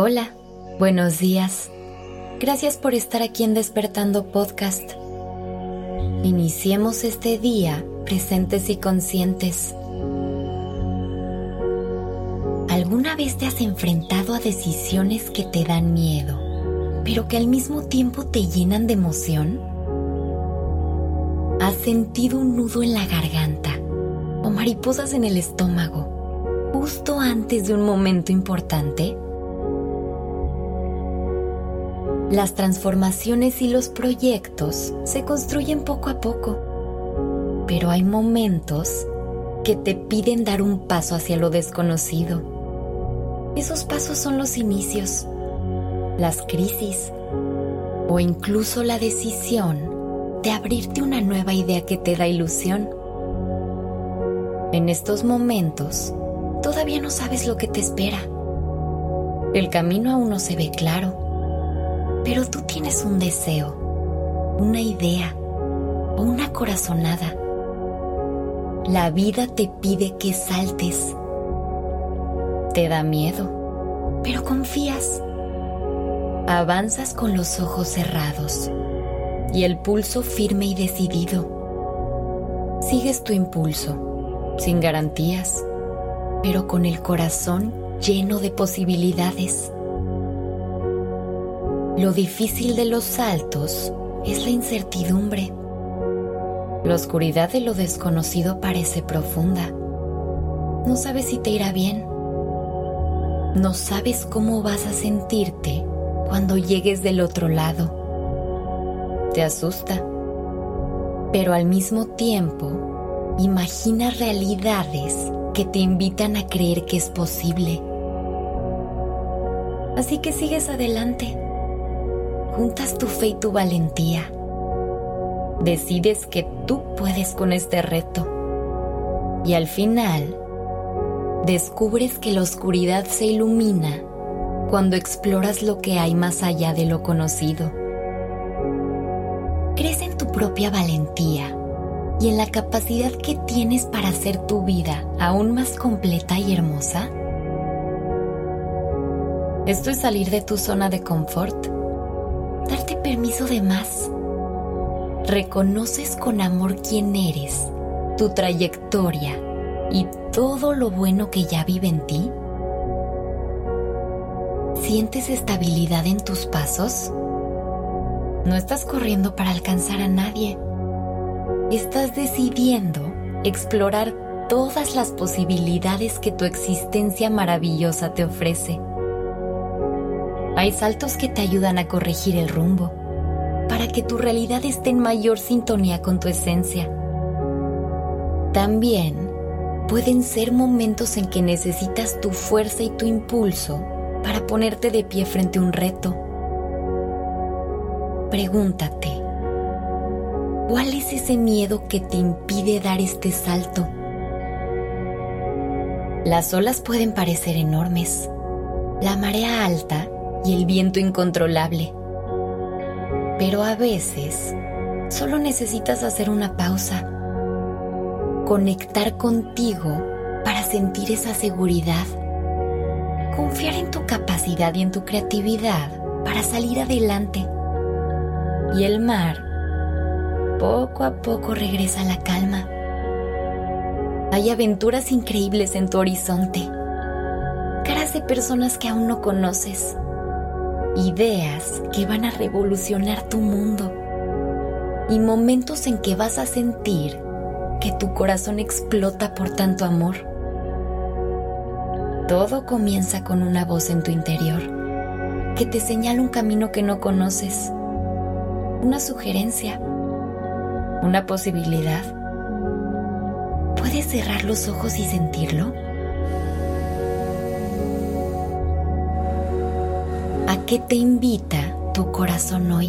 Hola, buenos días. Gracias por estar aquí en Despertando Podcast. Iniciemos este día presentes y conscientes. ¿Alguna vez te has enfrentado a decisiones que te dan miedo, pero que al mismo tiempo te llenan de emoción? ¿Has sentido un nudo en la garganta o mariposas en el estómago justo antes de un momento importante? Las transformaciones y los proyectos se construyen poco a poco, pero hay momentos que te piden dar un paso hacia lo desconocido. Esos pasos son los inicios, las crisis o incluso la decisión de abrirte una nueva idea que te da ilusión. En estos momentos, todavía no sabes lo que te espera. El camino aún no se ve claro. Pero tú tienes un deseo, una idea o una corazonada. La vida te pide que saltes. Te da miedo, pero confías. Avanzas con los ojos cerrados y el pulso firme y decidido. Sigues tu impulso, sin garantías, pero con el corazón lleno de posibilidades. Lo difícil de los saltos es la incertidumbre. La oscuridad de lo desconocido parece profunda. No sabes si te irá bien. No sabes cómo vas a sentirte cuando llegues del otro lado. Te asusta. Pero al mismo tiempo, imaginas realidades que te invitan a creer que es posible. Así que sigues adelante. Juntas tu fe y tu valentía. Decides que tú puedes con este reto. Y al final, descubres que la oscuridad se ilumina cuando exploras lo que hay más allá de lo conocido. ¿Crees en tu propia valentía y en la capacidad que tienes para hacer tu vida aún más completa y hermosa? Esto es salir de tu zona de confort. Darte permiso de más. ¿Reconoces con amor quién eres, tu trayectoria y todo lo bueno que ya vive en ti? ¿Sientes estabilidad en tus pasos? No estás corriendo para alcanzar a nadie. Estás decidiendo explorar todas las posibilidades que tu existencia maravillosa te ofrece. Hay saltos que te ayudan a corregir el rumbo, para que tu realidad esté en mayor sintonía con tu esencia. También pueden ser momentos en que necesitas tu fuerza y tu impulso para ponerte de pie frente a un reto. Pregúntate, ¿cuál es ese miedo que te impide dar este salto? Las olas pueden parecer enormes, la marea alta y el viento incontrolable. Pero a veces solo necesitas hacer una pausa, conectar contigo para sentir esa seguridad, confiar en tu capacidad y en tu creatividad para salir adelante. Y el mar, poco a poco regresa a la calma. Hay aventuras increíbles en tu horizonte, caras de personas que aún no conoces, ideas que van a revolucionar tu mundo y momentos en que vas a sentir que tu corazón explota por tanto amor. Todo comienza con una voz en tu interior que te señala un camino que no conoces, una sugerencia, una posibilidad. ¿Puedes cerrar los ojos y sentirlo? ¿A qué te invita tu corazón hoy?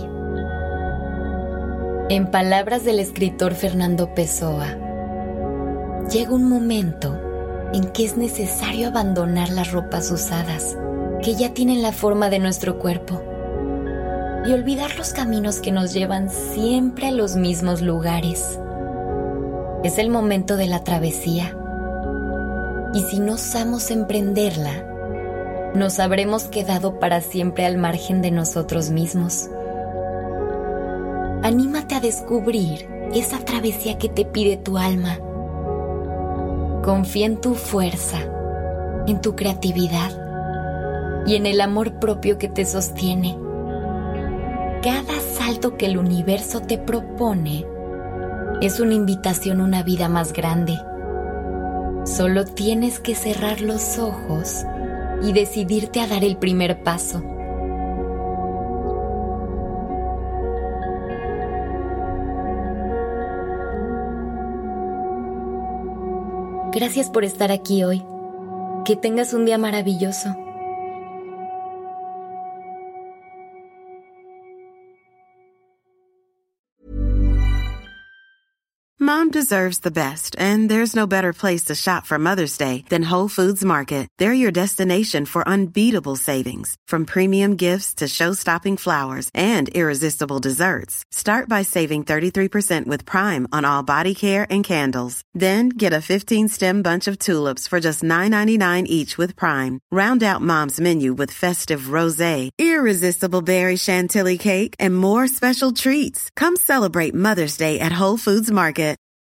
En palabras del escritor Fernando Pessoa, llega un momento en que es necesario abandonar las ropas usadas que ya tienen la forma de nuestro cuerpo y olvidar los caminos que nos llevan siempre a los mismos lugares. Es el momento de la travesía y si no osamos emprenderla, nos habremos quedado para siempre al margen de nosotros mismos. Anímate a descubrir esa travesía que te pide tu alma. Confía en tu fuerza, en tu creatividad y en el amor propio que te sostiene. Cada salto que el universo te propone es una invitación a una vida más grande. Solo tienes que cerrar los ojos y decidirte a dar el primer paso. Gracias por estar aquí hoy. Que tengas un día maravilloso. Mom deserves the best, and there's no better place to shop for Mother's Day than Whole Foods Market. They're your destination for unbeatable savings, from premium gifts to show-stopping flowers and irresistible desserts. Start by saving 33% with Prime on all body care and candles. Then get a 15-stem bunch of tulips for just $9.99 each with Prime. Round out Mom's menu with festive rosé, irresistible berry chantilly cake, and more special treats. Come celebrate Mother's Day at Whole Foods Market.